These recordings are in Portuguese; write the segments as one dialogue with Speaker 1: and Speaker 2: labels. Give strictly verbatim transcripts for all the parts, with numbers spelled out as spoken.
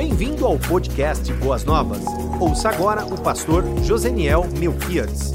Speaker 1: Bem-vindo ao podcast Boas Novas. Ouça agora o pastor Joseniel Melquiades.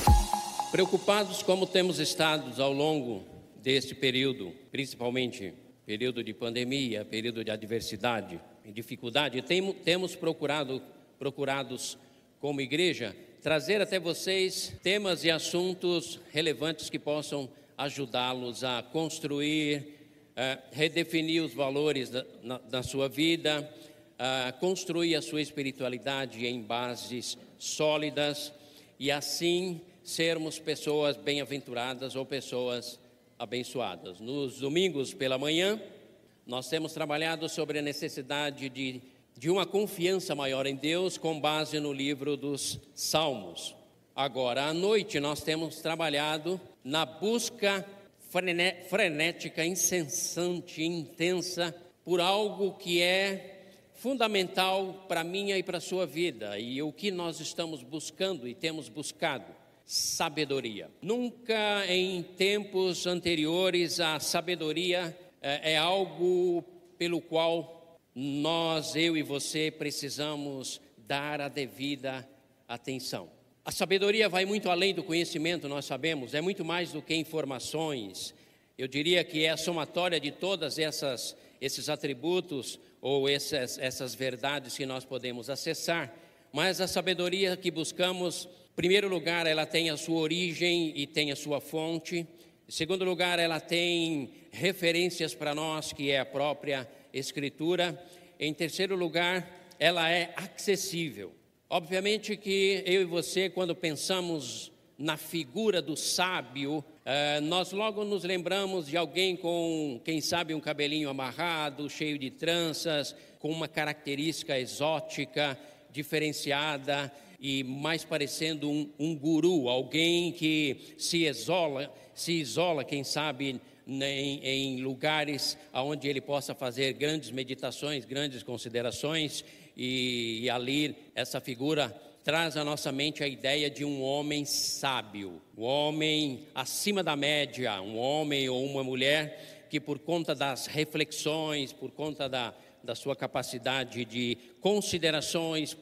Speaker 2: Preocupados como temos estado ao longo deste período, principalmente período de pandemia, período de adversidade e dificuldade, temos, temos procurado, procurados como igreja, trazer até vocês temas e assuntos relevantes que possam ajudá-los a construir, a redefinir os valores da, na, da sua vida, a construir a sua espiritualidade em bases sólidas e assim sermos pessoas bem-aventuradas ou pessoas abençoadas. Nos domingos pela manhã, nós temos trabalhado sobre a necessidade de, de uma confiança maior em Deus com base no livro dos Salmos. Agora, à noite, nós temos trabalhado na busca frenética, incessante, intensa, por algo que é fundamental para a minha e para a sua vida. E o que nós estamos buscando e temos buscado? Sabedoria. Nunca em tempos anteriores a sabedoria é, é algo pelo qual nós, eu e você, precisamos dar a devida atenção. A sabedoria vai muito além do conhecimento, nós sabemos, é muito mais do que informações. Eu diria que é a somatória de todas essas esses atributos ou essas, essas verdades que nós podemos acessar, mas a sabedoria que buscamos, em primeiro lugar, ela tem a sua origem e tem a sua fonte. Em segundo lugar, ela tem referências para nós, que é a própria Escritura. Em terceiro lugar, ela é acessível. Obviamente que eu e você, quando pensamos na figura do sábio, Uh, nós logo nos lembramos de alguém com, quem sabe, um cabelinho amarrado, cheio de tranças, com uma característica exótica, diferenciada e mais parecendo um, um guru, alguém que se isola, se isola, quem sabe, em, em lugares onde ele possa fazer grandes meditações, grandes considerações e, e ali essa figura traz à nossa mente a ideia de um homem sábio, um homem acima da média, um homem ou uma mulher que por conta das reflexões, por conta da, da sua capacidade de considerações,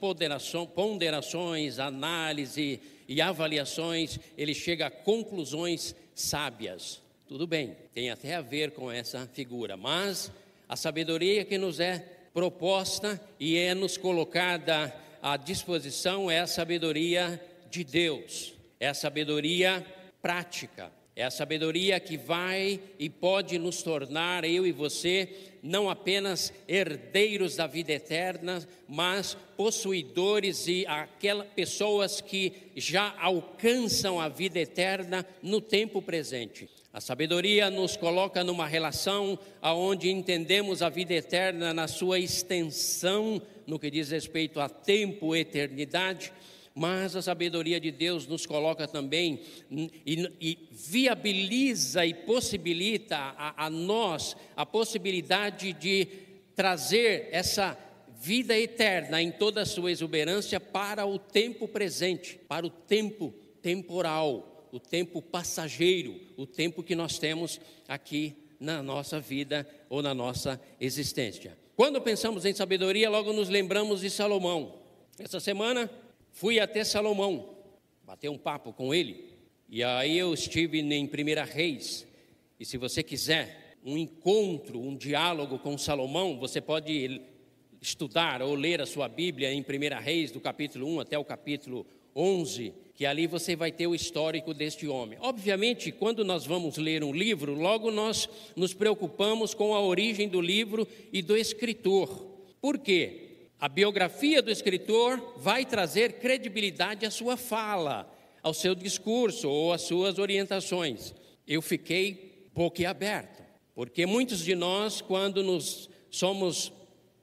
Speaker 2: ponderações, análise e avaliações, ele chega a conclusões sábias. Tudo bem, tem até a ver com essa figura, mas a sabedoria que nos é proposta e é nos colocada à disposição é a sabedoria de Deus, é a sabedoria prática, é a sabedoria que vai e pode nos tornar, eu e você, não apenas herdeiros da vida eterna, mas possuidores e aquelas pessoas que já alcançam a vida eterna no tempo presente. A sabedoria nos coloca numa relação onde entendemos a vida eterna na sua extensão, no que diz respeito a tempo, eternidade, mas a sabedoria de Deus nos coloca também e, e viabiliza e possibilita a, a nós a possibilidade de trazer essa vida eterna em toda a sua exuberância para o tempo presente, para o tempo temporal, o tempo passageiro, o tempo que nós temos aqui na nossa vida ou na nossa existência. Quando pensamos em sabedoria, logo nos lembramos de Salomão. Essa semana fui até Salomão, bater um papo com ele, e aí eu estive em Primeira Reis, e se você quiser um encontro, um diálogo com Salomão, você pode estudar ou ler a sua Bíblia em Primeira Reis, do capítulo um até o capítulo onze, que ali você vai ter o histórico deste homem. Obviamente, quando nós vamos ler um livro, logo nós nos preocupamos com a origem do livro e do escritor. Por quê? A biografia do escritor vai trazer credibilidade à sua fala, ao seu discurso ou às suas orientações. Eu fiquei boquiaberto, porque muitos de nós, quando nos somos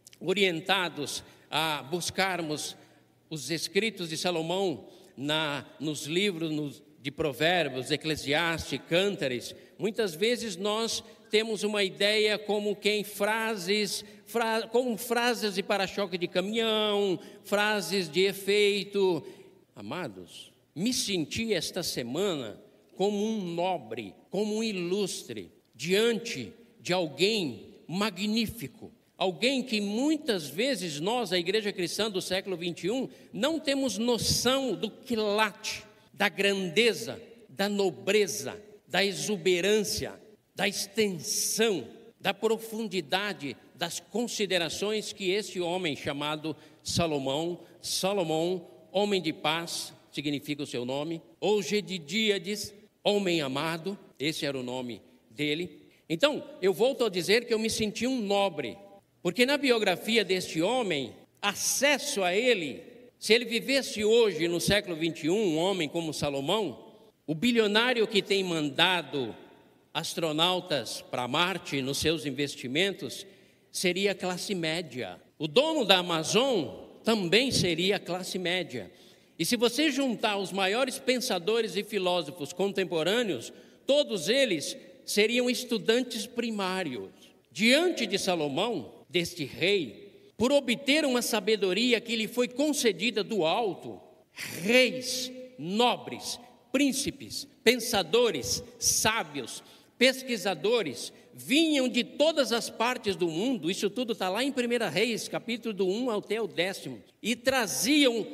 Speaker 2: orientados a buscarmos os escritos de Salomão na, nos livros nos, de Provérbios, Eclesiastes, Cântares, muitas vezes nós temos uma ideia como quem frases, fra, como frases de para-choque de caminhão, frases de efeito. Amados, me senti esta semana como um nobre, como um ilustre, diante de alguém magnífico, Alguém que muitas vezes nós, a igreja cristã do século vinte e um, não temos noção do quilate, da grandeza, da nobreza, da exuberância, da extensão, da profundidade das considerações que esse homem chamado Salomão, Salomão, homem de paz, significa o seu nome, ou Gedidíades, homem amado, esse era o nome dele. Então, eu volto a dizer que eu me senti um nobre, porque na biografia deste homem, acesso a ele, se ele vivesse hoje no século vinte e um, um homem como Salomão, o bilionário que tem mandado astronautas para Marte nos seus investimentos, seria classe média. O dono da Amazon também seria classe média. E se você juntar os maiores pensadores e filósofos contemporâneos, todos eles seriam estudantes primários. Diante de Salomão, deste rei, por obter uma sabedoria que lhe foi concedida do alto, reis, nobres, príncipes, pensadores, sábios, pesquisadores, vinham de todas as partes do mundo, isso tudo está lá em primeira Reis, capítulo do um até o décimo, e traziam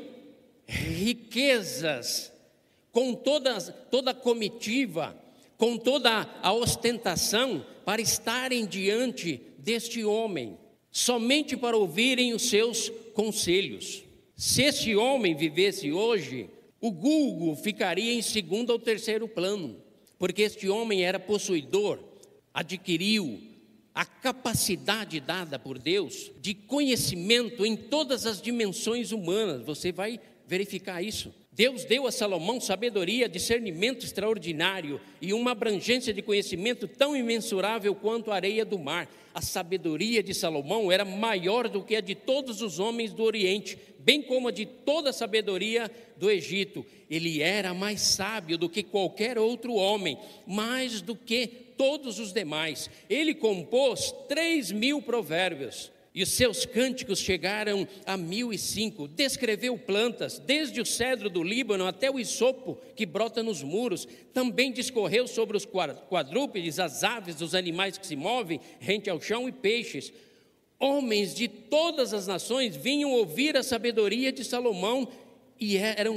Speaker 2: riquezas com toda, toda a comitiva, com toda a ostentação, para estarem diante deste homem, somente para ouvirem os seus conselhos. Se esse homem vivesse hoje, o Google ficaria em segundo ou terceiro plano, porque este homem era possuidor, adquiriu a capacidade dada por Deus de conhecimento em todas as dimensões humanas. Você vai verificar isso. Deus deu a Salomão sabedoria, discernimento extraordinário e uma abrangência de conhecimento tão imensurável quanto a areia do mar. A sabedoria de Salomão era maior do que a de todos os homens do Oriente, bem como a de toda a sabedoria do Egito. Ele era mais sábio do que qualquer outro homem, mais do que todos os demais. Ele compôs três mil provérbios. E os seus cânticos chegaram a mil e cinco. Descreveu plantas, desde o cedro do Líbano até o isopo que brota nos muros. Também discorreu sobre os quadrúpedes, as aves, os animais que se movem rente ao chão e peixes. Homens de todas as nações vinham ouvir a sabedoria de Salomão e eram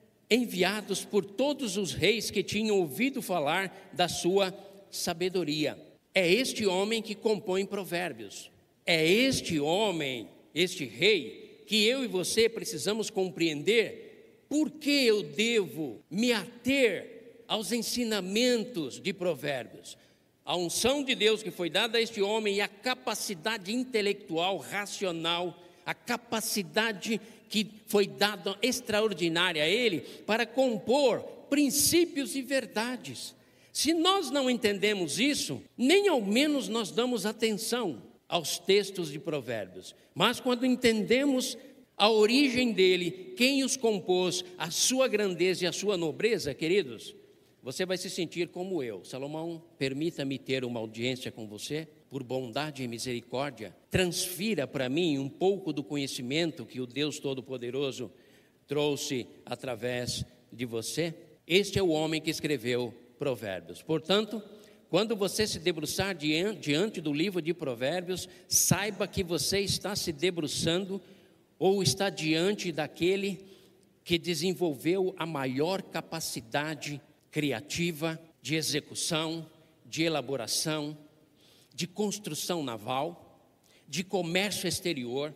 Speaker 2: enviados por todos os reis que tinham ouvido falar da sua sabedoria. É este homem que compõe Provérbios. É este homem, este rei, que eu e você precisamos compreender por que eu devo me ater aos ensinamentos de Provérbios. A unção de Deus que foi dada a este homem e a capacidade intelectual, racional, a capacidade que foi dada extraordinária a ele para compor princípios e verdades. Se nós não entendemos isso, nem ao menos nós damos atenção aos textos de Provérbios, mas quando entendemos a origem dele, quem os compôs, a sua grandeza e a sua nobreza, queridos, você vai se sentir como eu. Salomão, permita-me ter uma audiência com você, por bondade e misericórdia, transfira para mim um pouco do conhecimento que o Deus Todo-Poderoso trouxe através de você. Este é o homem que escreveu Provérbios. Portanto, quando você se debruçar diante do livro de Provérbios, saiba que você está se debruçando ou está diante daquele que desenvolveu a maior capacidade criativa de execução, de elaboração, de construção naval, de comércio exterior,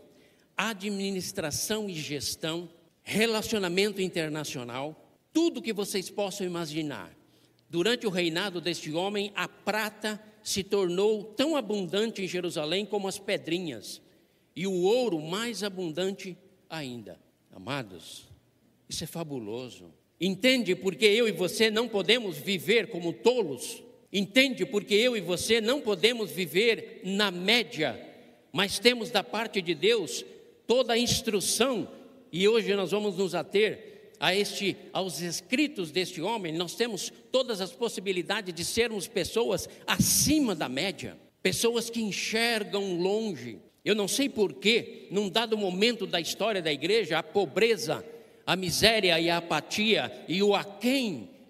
Speaker 2: administração e gestão, relacionamento internacional, tudo que vocês possam imaginar. Durante o reinado deste homem, a prata se tornou tão abundante em Jerusalém como as pedrinhas, e o ouro mais abundante ainda. Amados, isso é fabuloso. Entende porque eu e você não podemos viver como tolos? Entende porque eu e você não podemos viver na média, mas temos da parte de Deus toda a instrução, e hoje nós vamos nos ater A este, aos escritos deste homem. Nós temos todas as possibilidades de sermos pessoas acima da média, pessoas que enxergam longe. Eu não sei porquê, num dado momento da história da igreja, a pobreza, a miséria e a apatia e o aquém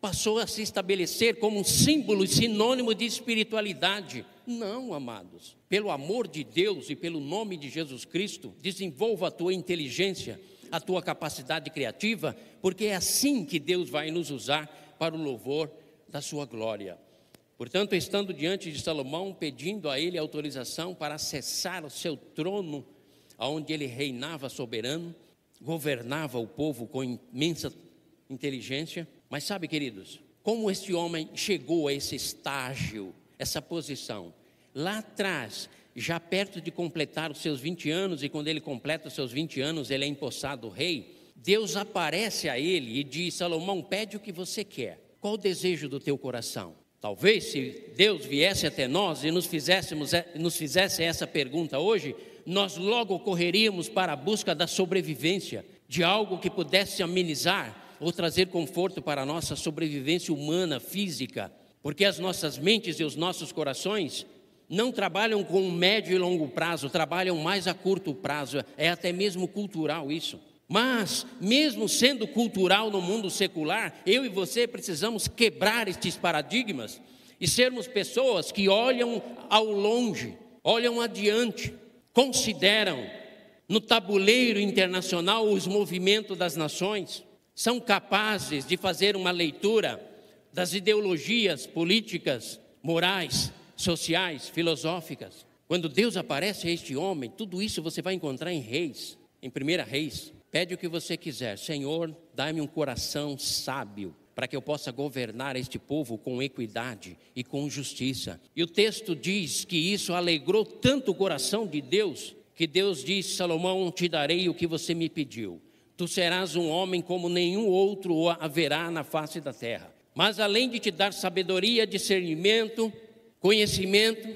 Speaker 2: passou a se estabelecer como um símbolo e sinônimo de espiritualidade. Não, amados. Pelo amor de Deus e pelo nome de Jesus Cristo, desenvolva a tua inteligência, a tua capacidade criativa, porque é assim que Deus vai nos usar para o louvor da sua glória. Portanto, estando diante de Salomão, pedindo a ele autorização para acessar o seu trono, onde ele reinava soberano, governava o povo com imensa inteligência. Mas sabe, queridos, como este homem chegou a esse estágio, essa posição? Lá atrás, já perto de completar os seus vinte anos, e quando ele completa os seus vinte anos, ele é empossado rei, Deus aparece a ele e diz: Salomão, pede o que você quer. Qual o desejo do teu coração? Talvez se Deus viesse até nós e nos, fizéssemos, nos fizesse essa pergunta hoje, nós logo correríamos para a busca da sobrevivência, de algo que pudesse amenizar ou trazer conforto para a nossa sobrevivência humana, física, porque as nossas mentes e os nossos corações não trabalham com médio e longo prazo, trabalham mais a curto prazo, é até mesmo cultural isso. Mas, mesmo sendo cultural no mundo secular, eu e você precisamos quebrar estes paradigmas e sermos pessoas que olham ao longe, olham adiante, consideram no tabuleiro internacional os movimentos das nações, são capazes de fazer uma leitura das ideologias políticas, morais, sociais, filosóficas. Quando Deus aparece a este homem, tudo isso você vai encontrar em Reis, em primeira Reis. Pede o que você quiser. Senhor, dá-me um coração sábio, para que eu possa governar este povo com equidade e com justiça. E o texto diz que isso alegrou tanto o coração de Deus, que Deus disse: Salomão, te darei o que você me pediu. Tu serás um homem como nenhum outro haverá na face da terra. Mas além de te dar sabedoria, discernimento, conhecimento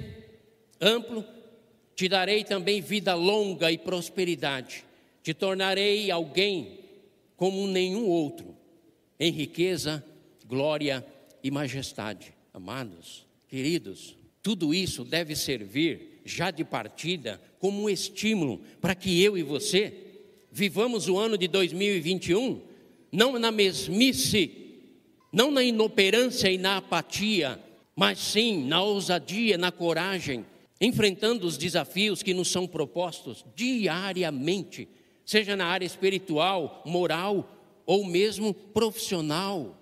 Speaker 2: amplo, te darei também vida longa e prosperidade. Te tornarei alguém como nenhum outro, em riqueza, glória e majestade. Amados, queridos, tudo isso deve servir, já de partida, como um estímulo para que eu e você vivamos o ano de dois mil e vinte e um, não na mesmice, não na inoperância e na apatia, mas sim na ousadia, na coragem, enfrentando os desafios que nos são propostos diariamente, seja na área espiritual, moral ou mesmo profissional.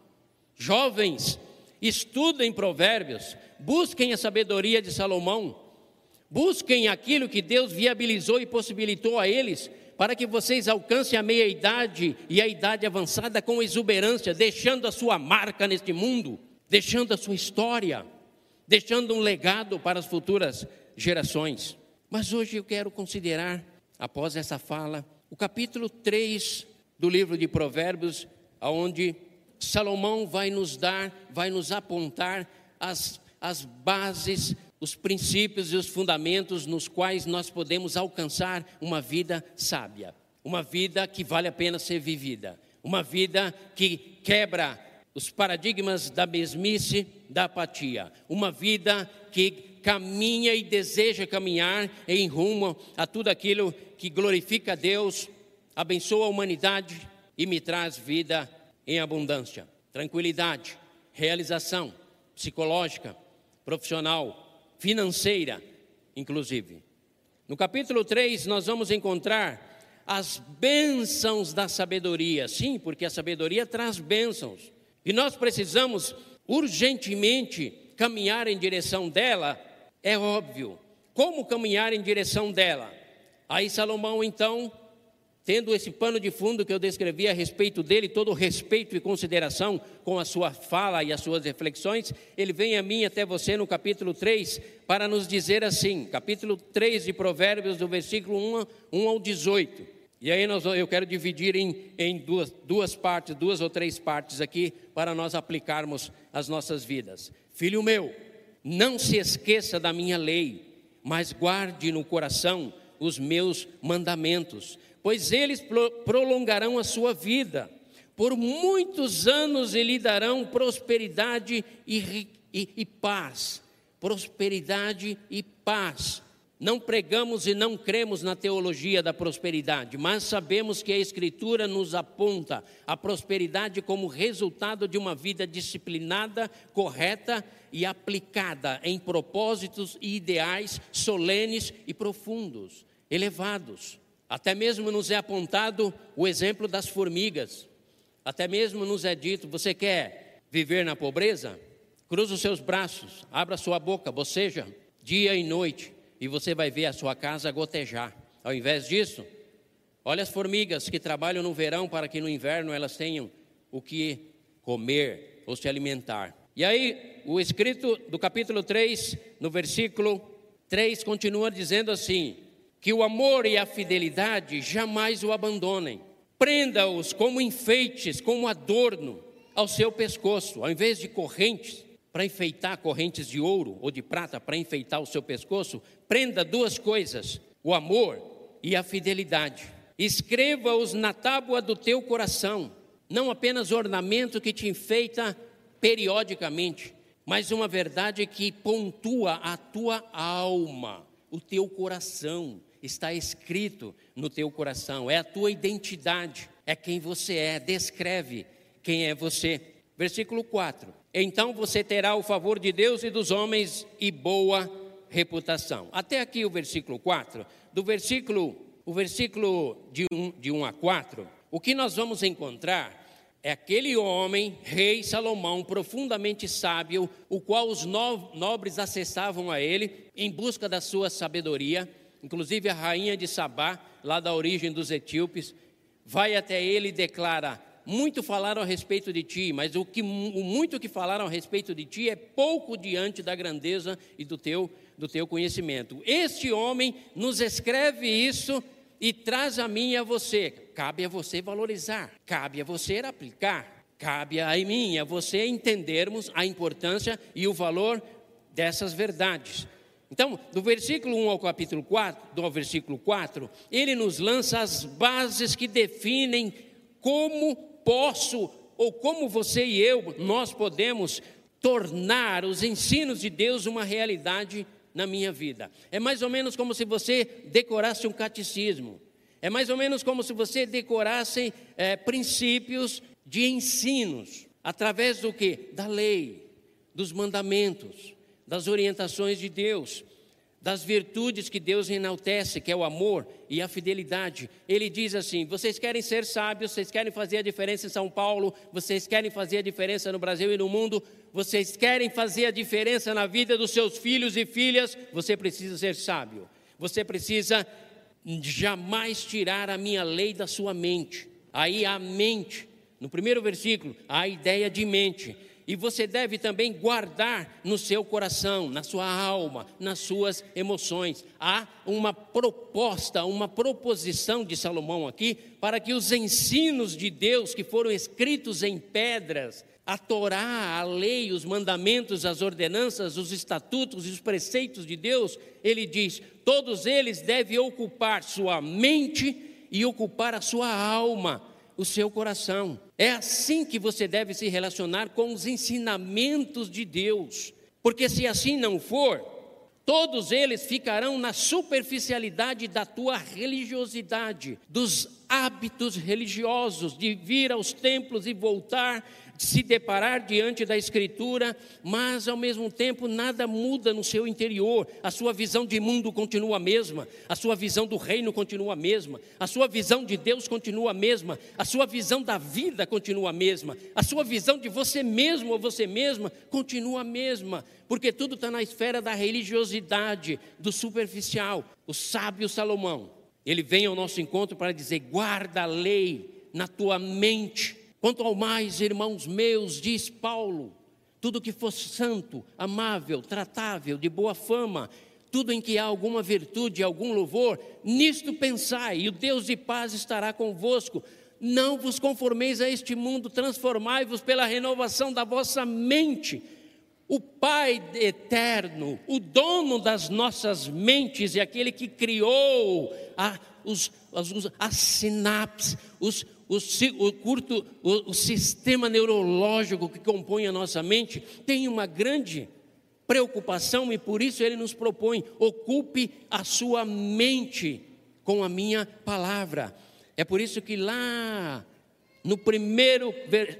Speaker 2: Jovens, estudem Provérbios, busquem a sabedoria de Salomão, busquem aquilo que Deus viabilizou e possibilitou a eles, para que vocês alcancem a meia-idade e a idade avançada com exuberância, deixando a sua marca neste mundo, deixando a sua história, deixando um legado para as futuras gerações. Mas hoje eu quero considerar, após essa fala, o capítulo três do livro de Provérbios, onde Salomão vai nos dar, vai nos apontar as, as bases, os princípios e os fundamentos nos quais nós podemos alcançar uma vida sábia, uma vida que vale a pena ser vivida, uma vida que quebra os paradigmas da mesmice, da apatia, uma vida que caminha e deseja caminhar em rumo a tudo aquilo que glorifica a Deus, abençoa a humanidade e me traz vida em abundância, tranquilidade, realização psicológica, profissional, financeira, inclusive. No capítulo três nós vamos encontrar as bênçãos da sabedoria, sim, porque a sabedoria traz bênçãos, e nós precisamos urgentemente caminhar em direção dela. É óbvio, como caminhar em direção dela? Aí Salomão então, tendo esse pano de fundo que eu descrevi a respeito dele, todo o respeito e consideração com a sua fala e as suas reflexões, ele vem a mim até você no capítulo três, para nos dizer assim, capítulo três de Provérbios, do versículo um ao dezoito, e aí nós, eu quero dividir em, em duas, duas partes, duas ou três partes aqui, para nós aplicarmos as nossas vidas. Filho meu, não se esqueça da minha lei, mas guarde no coração os meus mandamentos, pois eles prolongarão a sua vida, por muitos anos e lhe darão prosperidade e, e, e paz, prosperidade e paz. Não pregamos e não cremos na teologia da prosperidade, mas sabemos que a Escritura nos aponta a prosperidade como resultado de uma vida disciplinada, correta e aplicada em propósitos e ideais solenes e profundos, elevados. Até mesmo nos é apontado o exemplo das formigas. Até mesmo nos é dito: você quer viver na pobreza? Cruza os seus braços, abra sua boca, boceja, dia e noite, e você vai ver a sua casa gotejar. Ao invés disso, olha as formigas que trabalham no verão para que no inverno elas tenham o que comer ou se alimentar. E aí, o escrito do capítulo três, no versículo três, continua dizendo assim: que o amor e a fidelidade jamais o abandonem. Prenda-os como enfeites, como adorno ao seu pescoço, ao invés de correntes, para enfeitar correntes de ouro ou de prata, para enfeitar o seu pescoço, prenda duas coisas: o amor e a fidelidade. Escreva-os na tábua do teu coração, não apenas ornamento que te enfeita periodicamente, mas uma verdade que pontua a tua alma, o teu coração. Está escrito no teu coração, é a tua identidade, é quem você é, descreve quem é você. Versículo quatro: então você terá o favor de Deus e dos homens e boa reputação. Até aqui o versículo quatro. Do versículo, o versículo de um, de um a quatro, o que nós vamos encontrar é aquele homem, rei Salomão, profundamente sábio, o qual os no, nobres acessavam a ele em busca da sua sabedoria. Inclusive a rainha de Sabá, lá da origem dos etíopes, vai até ele e declara: muito falaram a respeito de ti, mas o, que, o muito que falaram a respeito de ti é pouco diante da grandeza e do teu, do teu conhecimento. Este homem nos escreve isso e traz a mim e a você. Cabe a você valorizar, cabe a você aplicar, cabe a mim e a você entendermos a importância e o valor dessas verdades. Então, do versículo um ao capítulo quatro, do versículo quatro, ele nos lança as bases que definem como posso, ou como você e eu, nós podemos tornar os ensinos de Deus uma realidade na minha vida. É mais ou menos como se você decorasse um catecismo. É mais ou menos como se você decorasse é, princípios de ensinos, através do quê? Da lei, dos mandamentos, das orientações de Deus, das virtudes que Deus enaltece, que é o amor e a fidelidade. Ele diz assim: vocês querem ser sábios, vocês querem fazer a diferença em São Paulo, vocês querem fazer a diferença no Brasil e no mundo, vocês querem fazer a diferença na vida dos seus filhos e filhas, você precisa ser sábio. Você precisa jamais tirar a minha lei da sua mente. Aí a mente, no primeiro versículo, a ideia de mente. E você deve também guardar no seu coração, na sua alma, nas suas emoções. Há uma proposta, uma proposição de Salomão aqui, para que os ensinos de Deus que foram escritos em pedras, a Torá, a lei, os mandamentos, as ordenanças, os estatutos e os preceitos de Deus, ele diz, todos eles devem ocupar sua mente e ocupar a sua alma, o seu coração. É assim que você deve se relacionar com os ensinamentos de Deus, porque se assim não for, todos eles ficarão na superficialidade da tua religiosidade, dos hábitos religiosos, de vir aos templos e voltar, de se deparar diante da Escritura, mas ao mesmo tempo nada muda no seu interior. A sua visão de mundo continua a mesma, a sua visão do reino continua a mesma, a sua visão de Deus continua a mesma, a sua visão da vida continua a mesma, a sua visão de você mesmo ou você mesma continua a mesma, porque tudo está na esfera da religiosidade, do superficial. O sábio Salomão, ele vem ao nosso encontro para dizer, guarda a lei na tua mente. Quanto ao mais, irmãos meus, diz Paulo, tudo que for santo, amável, tratável, de boa fama, tudo em que há alguma virtude, algum louvor, nisto pensai, e o Deus de paz estará convosco. Não vos conformeis a este mundo, transformai-vos pela renovação da vossa mente. O Pai eterno, o dono das nossas mentes, é aquele que criou a, os, as, as sinapses, os O, o, curto, o, o sistema neurológico que compõe a nossa mente, tem uma grande preocupação, e por isso ele nos propõe: ocupe a sua mente com a minha palavra. É por isso que lá no primeiro,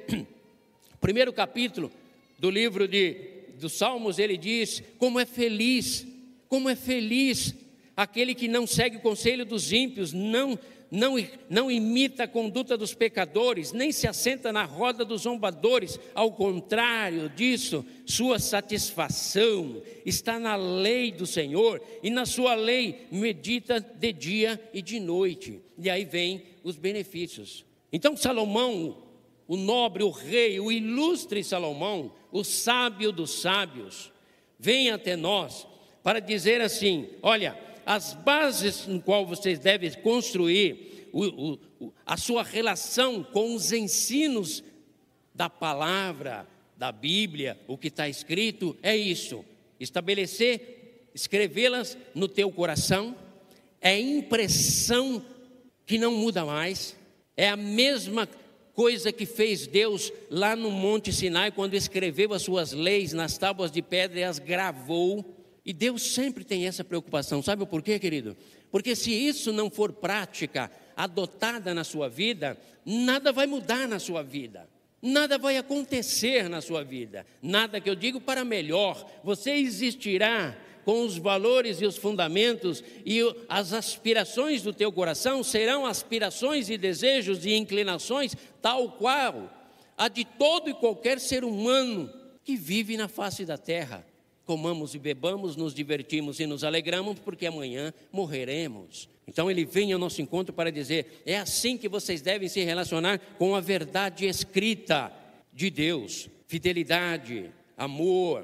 Speaker 2: primeiro capítulo do livro de, dos Salmos, ele diz: como é feliz, como é feliz aquele que não segue o conselho dos ímpios, não, não, não imita a conduta dos pecadores, nem se assenta na roda dos zombadores. Ao contrário disso, sua satisfação está na lei do Senhor, e na sua lei medita de dia e de noite. E aí vem os benefícios. Então Salomão, o nobre, o rei, o ilustre Salomão, o sábio dos sábios, vem até nós para dizer assim: olha, as bases no qual vocês devem construir o, o, a sua relação com os ensinos da palavra, da Bíblia, o que está escrito, é isso: estabelecer, escrevê-las no teu coração. É impressão que não muda mais, é a mesma coisa que fez Deus lá no Monte Sinai, quando escreveu as suas leis nas tábuas de pedra e as gravou. E Deus sempre tem essa preocupação. Sabe por quê, querido? Porque se isso não for prática, adotada na sua vida, nada vai mudar na sua vida, nada vai acontecer na sua vida, nada, que eu digo, para melhor. Você existirá com os valores e os fundamentos, e as aspirações do teu coração serão aspirações e desejos e inclinações tal qual a de todo e qualquer ser humano que vive na face da terra. Comamos e bebamos, nos divertimos e nos alegramos, porque amanhã morreremos. Então ele vem ao nosso encontro para dizer: é assim que vocês devem se relacionar com a verdade escrita de Deus. Fidelidade, amor,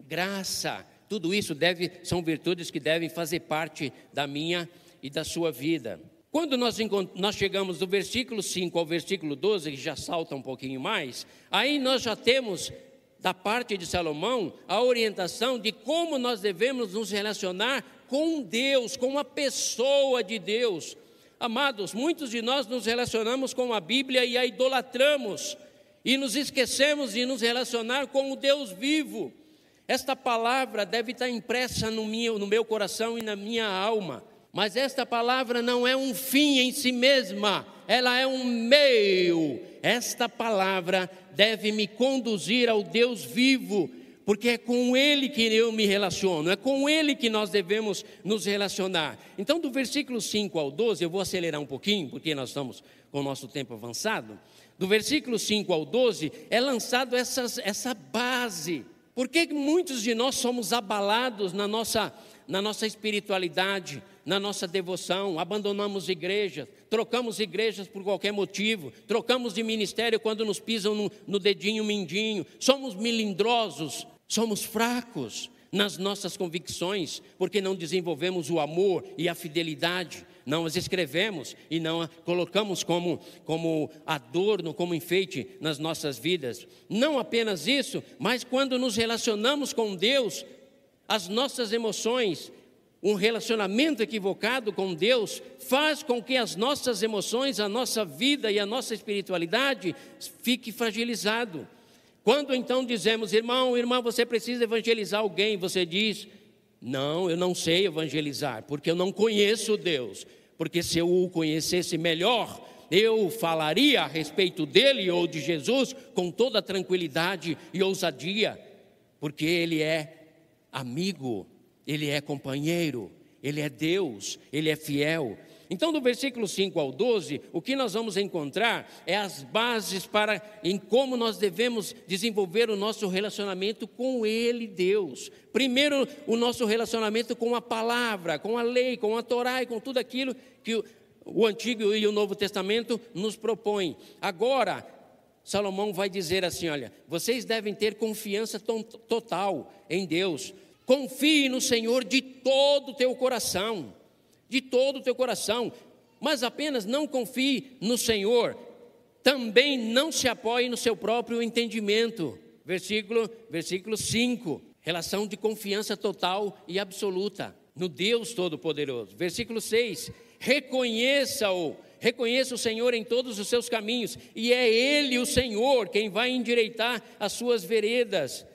Speaker 2: graça, tudo isso deve, são virtudes que devem fazer parte da minha e da sua vida. Quando nós, nós chegamos do versículo cinco ao versículo doze, que já salta um pouquinho mais, aí nós já temos, da parte de Salomão, a orientação de como nós devemos nos relacionar com Deus, com a pessoa de Deus. Amados, muitos de nós nos relacionamos com a Bíblia e a idolatramos, e nos esquecemos de nos relacionar com o Deus vivo. Esta palavra deve estar impressa no meu, no meu coração e na minha alma, mas esta palavra não é um fim em si mesma, ela é um meio. Esta palavra deve me conduzir ao Deus vivo, porque é com Ele que eu me relaciono, é com Ele que nós devemos nos relacionar. Então, do versículo cinco ao doze, eu vou acelerar um pouquinho, porque nós estamos com o nosso tempo avançado. Do versículo cinco ao doze, é lançado essas, essa base. Por que muitos de nós somos abalados na nossa, na nossa espiritualidade, na nossa devoção, abandonamos igrejas, trocamos igrejas por qualquer motivo, trocamos de ministério quando nos pisam no, no dedinho mindinho, somos melindrosos, somos fracos nas nossas convicções, porque não desenvolvemos o amor e a fidelidade, não as escrevemos e não a colocamos como, como adorno, como enfeite nas nossas vidas. Não apenas isso, mas quando nos relacionamos com Deus, as nossas emoções, um relacionamento equivocado com Deus faz com que as nossas emoções, a nossa vida e a nossa espiritualidade fique fragilizado. Quando então dizemos: irmão, irmã, você precisa evangelizar alguém, você diz: não, eu não sei evangelizar, porque eu não conheço Deus, porque se eu o conhecesse melhor, eu falaria a respeito dele ou de Jesus com toda tranquilidade e ousadia, porque ele é amigo, ele é companheiro, ele é Deus, ele é fiel. Então, do versículo cinco ao doze, o que nós vamos encontrar é as bases para em como nós devemos desenvolver o nosso relacionamento com Ele, Deus. Primeiro, o nosso relacionamento com a palavra, com a lei, com a Torá e com tudo aquilo que o, o Antigo e o Novo Testamento nos propõem. Agora, Salomão vai dizer assim: olha, vocês devem ter confiança to- total em Deus. Confie no Senhor de todo o teu coração, de todo o teu coração, mas apenas não confie no Senhor, também não se apoie no seu próprio entendimento. Versículo, versículo cinco, relação de confiança total e absoluta no Deus Todo-Poderoso. Versículo seis, reconheça-o, reconheça o Senhor em todos os seus caminhos, e é Ele, o Senhor, quem vai endireitar as suas veredas.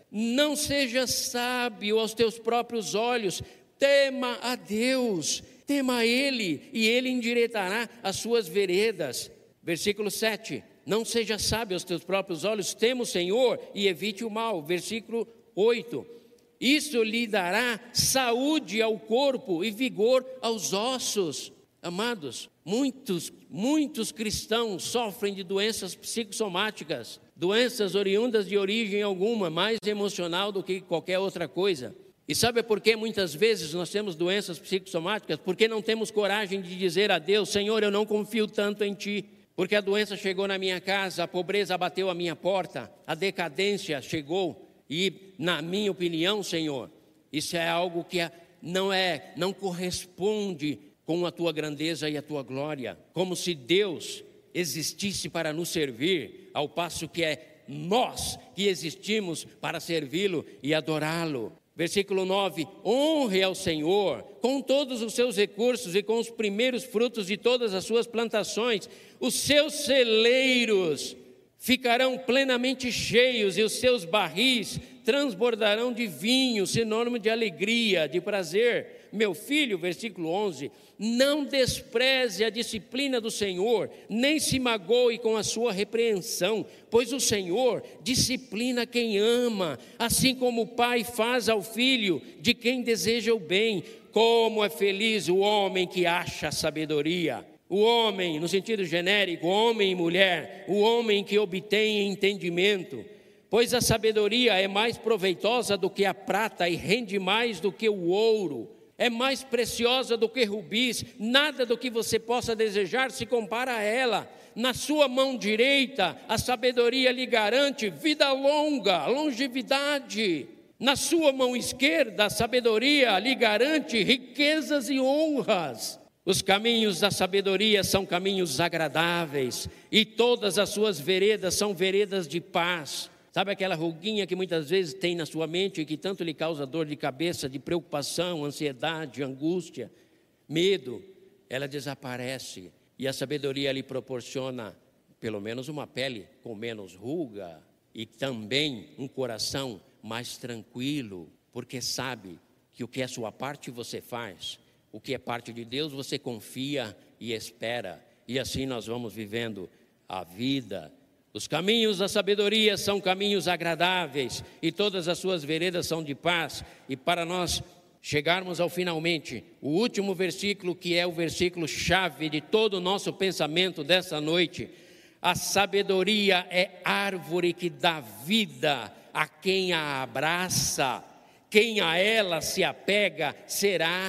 Speaker 2: Não seja sábio aos teus próprios olhos, tema a Deus, tema a Ele, e Ele endireitará as suas veredas. Versículo sete, não seja sábio aos teus próprios olhos, tema o Senhor e evite o mal. Versículo oito, isso lhe dará saúde ao corpo e vigor aos ossos. Amados, muitos, muitos cristãos sofrem de doenças psicossomáticas, doenças oriundas de origem alguma, mais emocional do que qualquer outra coisa. E sabe por que muitas vezes nós temos doenças psicossomáticas? Porque não temos coragem de dizer a Deus: Senhor, eu não confio tanto em Ti. Porque a doença chegou na minha casa, a pobreza bateu a minha porta, a decadência chegou. E, na minha opinião, Senhor, isso é algo que não é, não corresponde com a Tua grandeza e a Tua glória. Como se Deus existisse para nos servir, ao passo que é nós que existimos para servi-lo e adorá-lo. Versículo nove, honre ao Senhor com todos os seus recursos e com os primeiros frutos de todas as suas plantações. Os seus celeiros ficarão plenamente cheios e os seus barris transbordarão de vinho, sinônimo de alegria, de prazer. Meu filho, versículo onze, não despreze a disciplina do Senhor, nem se magoe com a sua repreensão, pois o Senhor disciplina quem ama, assim como o pai faz ao filho de quem deseja o bem. Como é feliz o homem que acha sabedoria. O homem, no sentido genérico, homem e mulher, o homem que obtém entendimento, pois a sabedoria é mais proveitosa do que a prata e rende mais do que o ouro. É mais preciosa do que rubis, nada do que você possa desejar se compara a ela. Na sua mão direita, a sabedoria lhe garante vida longa, longevidade. Na sua mão esquerda, a sabedoria lhe garante riquezas e honras. Os caminhos da sabedoria são caminhos agradáveis, e todas as suas veredas são veredas de paz. Sabe aquela ruguinha que muitas vezes tem na sua mente e que tanto lhe causa dor de cabeça, de preocupação, ansiedade, angústia, medo? Ela desaparece e a sabedoria lhe proporciona pelo menos uma pele com menos ruga e também um coração mais tranquilo, porque sabe que o que é sua parte você faz, o que é parte de Deus você confia e espera, e assim nós vamos vivendo a vida. Os caminhos da sabedoria são caminhos agradáveis, e todas as suas veredas são de paz. E para nós chegarmos ao finalmente, o último versículo, que é o versículo chave de todo o nosso pensamento dessa noite: a sabedoria é árvore que dá vida a quem a abraça, quem a ela se apega será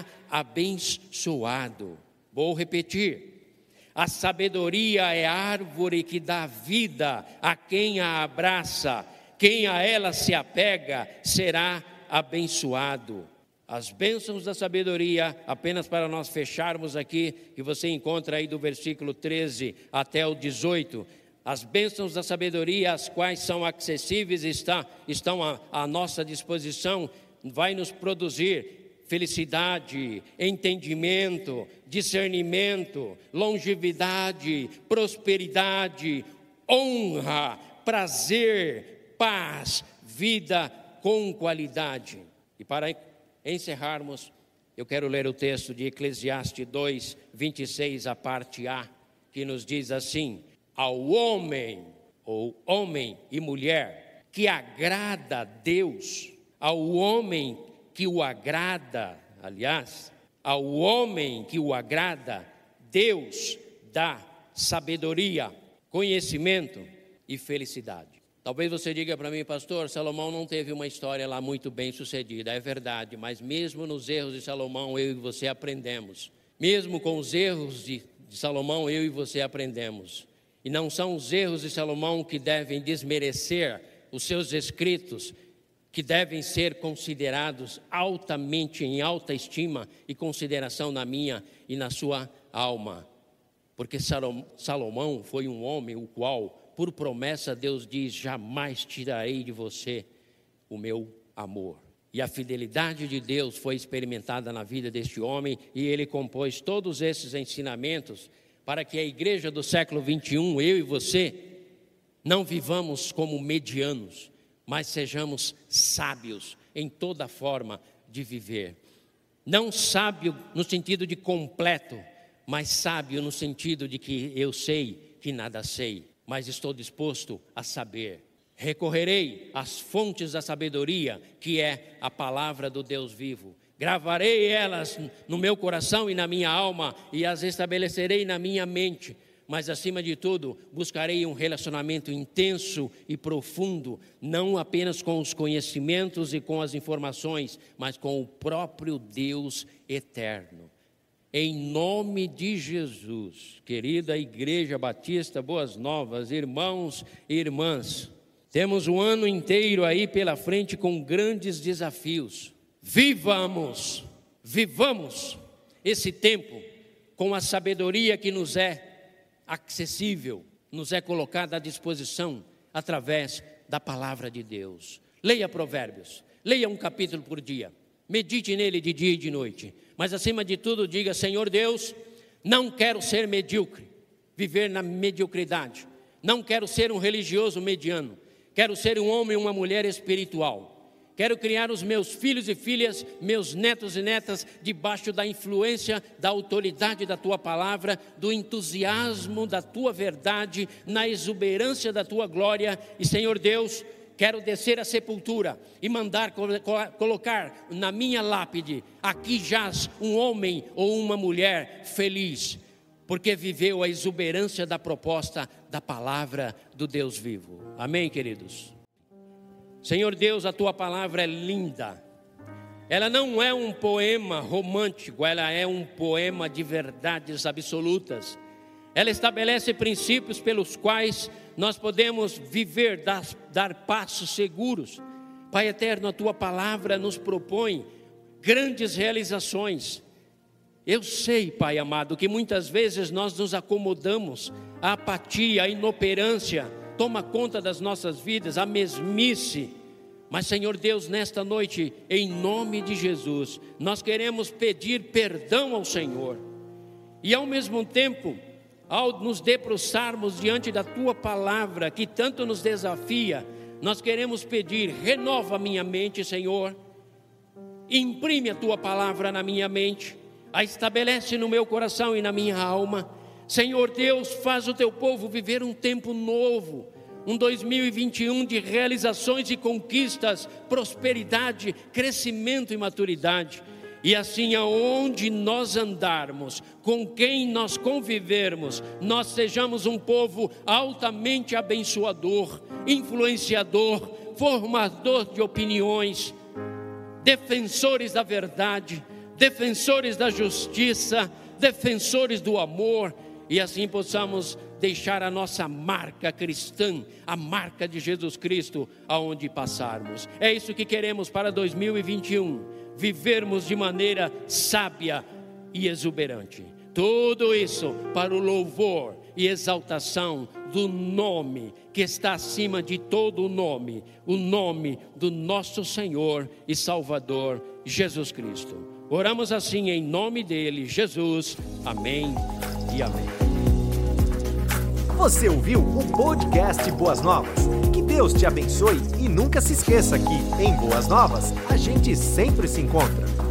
Speaker 2: abençoado. Vou repetir. A sabedoria é árvore que dá vida a quem a abraça, quem a ela se apega será abençoado. As bênçãos da sabedoria, apenas para nós fecharmos aqui, que você encontra aí do versículo treze até o dezoito, as bênçãos da sabedoria, as quais são acessíveis, está, estão à, à nossa disposição, vai nos produzir felicidade, entendimento, discernimento, longevidade, prosperidade, honra, prazer, paz, vida com qualidade. E para encerrarmos, eu quero ler o texto de Eclesiastes dois, vinte e seis, a parte A, que nos diz assim: ao homem, ou homem e mulher, que agrada a Deus, ao homem que o agrada, aliás, ao homem que o agrada, Deus dá sabedoria, conhecimento e felicidade. Talvez você diga para mim: pastor, Salomão não teve uma história lá muito bem sucedida. É verdade, mas mesmo nos erros de Salomão, eu e você aprendemos. Mesmo com os erros de, de Salomão, eu e você aprendemos. E não são os erros de Salomão que devem desmerecer os seus escritos, que devem ser considerados altamente, em alta estima e consideração na minha e na sua alma. Porque Salomão foi um homem o qual, por promessa, Deus diz: jamais tirarei de você o meu amor. E a fidelidade de Deus foi experimentada na vida deste homem, e ele compôs todos esses ensinamentos para que a igreja do século vinte e um, eu e você, não vivamos como medianos, mas sejamos sábios em toda forma de viver. Não sábio no sentido de completo, mas sábio no sentido de que eu sei que nada sei, mas estou disposto a saber. Recorrerei às fontes da sabedoria, que é a palavra do Deus vivo. Gravarei elas no meu coração e na minha alma e as estabelecerei na minha mente. Mas, acima de tudo, buscarei um relacionamento intenso e profundo, não apenas com os conhecimentos e com as informações, mas com o próprio Deus eterno. Em nome de Jesus, querida Igreja Batista Boas Novas, irmãos e irmãs, temos um ano inteiro aí pela frente com grandes desafios. Vivamos, vivamos esse tempo com a sabedoria que nos é acessível, nos é colocada à disposição através da palavra de Deus. Leia Provérbios, leia um capítulo por dia, medite nele de dia e de noite, mas acima de tudo diga: Senhor Deus, não quero ser medíocre, viver na mediocridade, não quero ser um religioso mediano, quero ser um homem e uma mulher espiritual. Quero criar os meus filhos e filhas, meus netos e netas, debaixo da influência, da autoridade da Tua palavra, do entusiasmo da Tua verdade, na exuberância da Tua glória. E, Senhor Deus, quero descer à sepultura e mandar colocar na minha lápide: aqui jaz um homem ou uma mulher feliz, porque viveu a exuberância da proposta da palavra do Deus vivo. Amém, queridos? Senhor Deus, a Tua palavra é linda. Ela não é um poema romântico, ela é um poema de verdades absolutas. Ela estabelece princípios pelos quais nós podemos viver, dar, dar passos seguros. Pai eterno, a Tua palavra nos propõe grandes realizações. Eu sei, Pai amado, que muitas vezes nós nos acomodamos, a apatia, a inoperância toma conta das nossas vidas, a mesmice. Mas, Senhor Deus, nesta noite, em nome de Jesus, nós queremos pedir perdão ao Senhor. E ao mesmo tempo, ao nos debruçarmos diante da Tua palavra, que tanto nos desafia, nós queremos pedir: renova a minha mente, Senhor. Imprime a Tua palavra na minha mente, a estabelece no meu coração e na minha alma. Senhor Deus, faz o Teu povo viver um tempo novo, um dois mil e vinte e um de realizações e conquistas, prosperidade, crescimento e maturidade. E assim, aonde nós andarmos, com quem nós convivermos, nós sejamos um povo altamente abençoador, influenciador, formador de opiniões, defensores da verdade, defensores da justiça, defensores do amor. E assim possamos deixar a nossa marca cristã, a marca de Jesus Cristo, aonde passarmos. É isso que queremos para dois mil e vinte e um, vivermos de maneira sábia e exuberante. Tudo isso para o louvor e exaltação do nome que está acima de todo o nome, o nome do nosso Senhor e Salvador, Jesus Cristo. Oramos assim em nome dele, Jesus. Amém e amém.
Speaker 1: Você ouviu o podcast Boas Novas? Que Deus te abençoe e nunca se esqueça que, em Boas Novas, a gente sempre se encontra.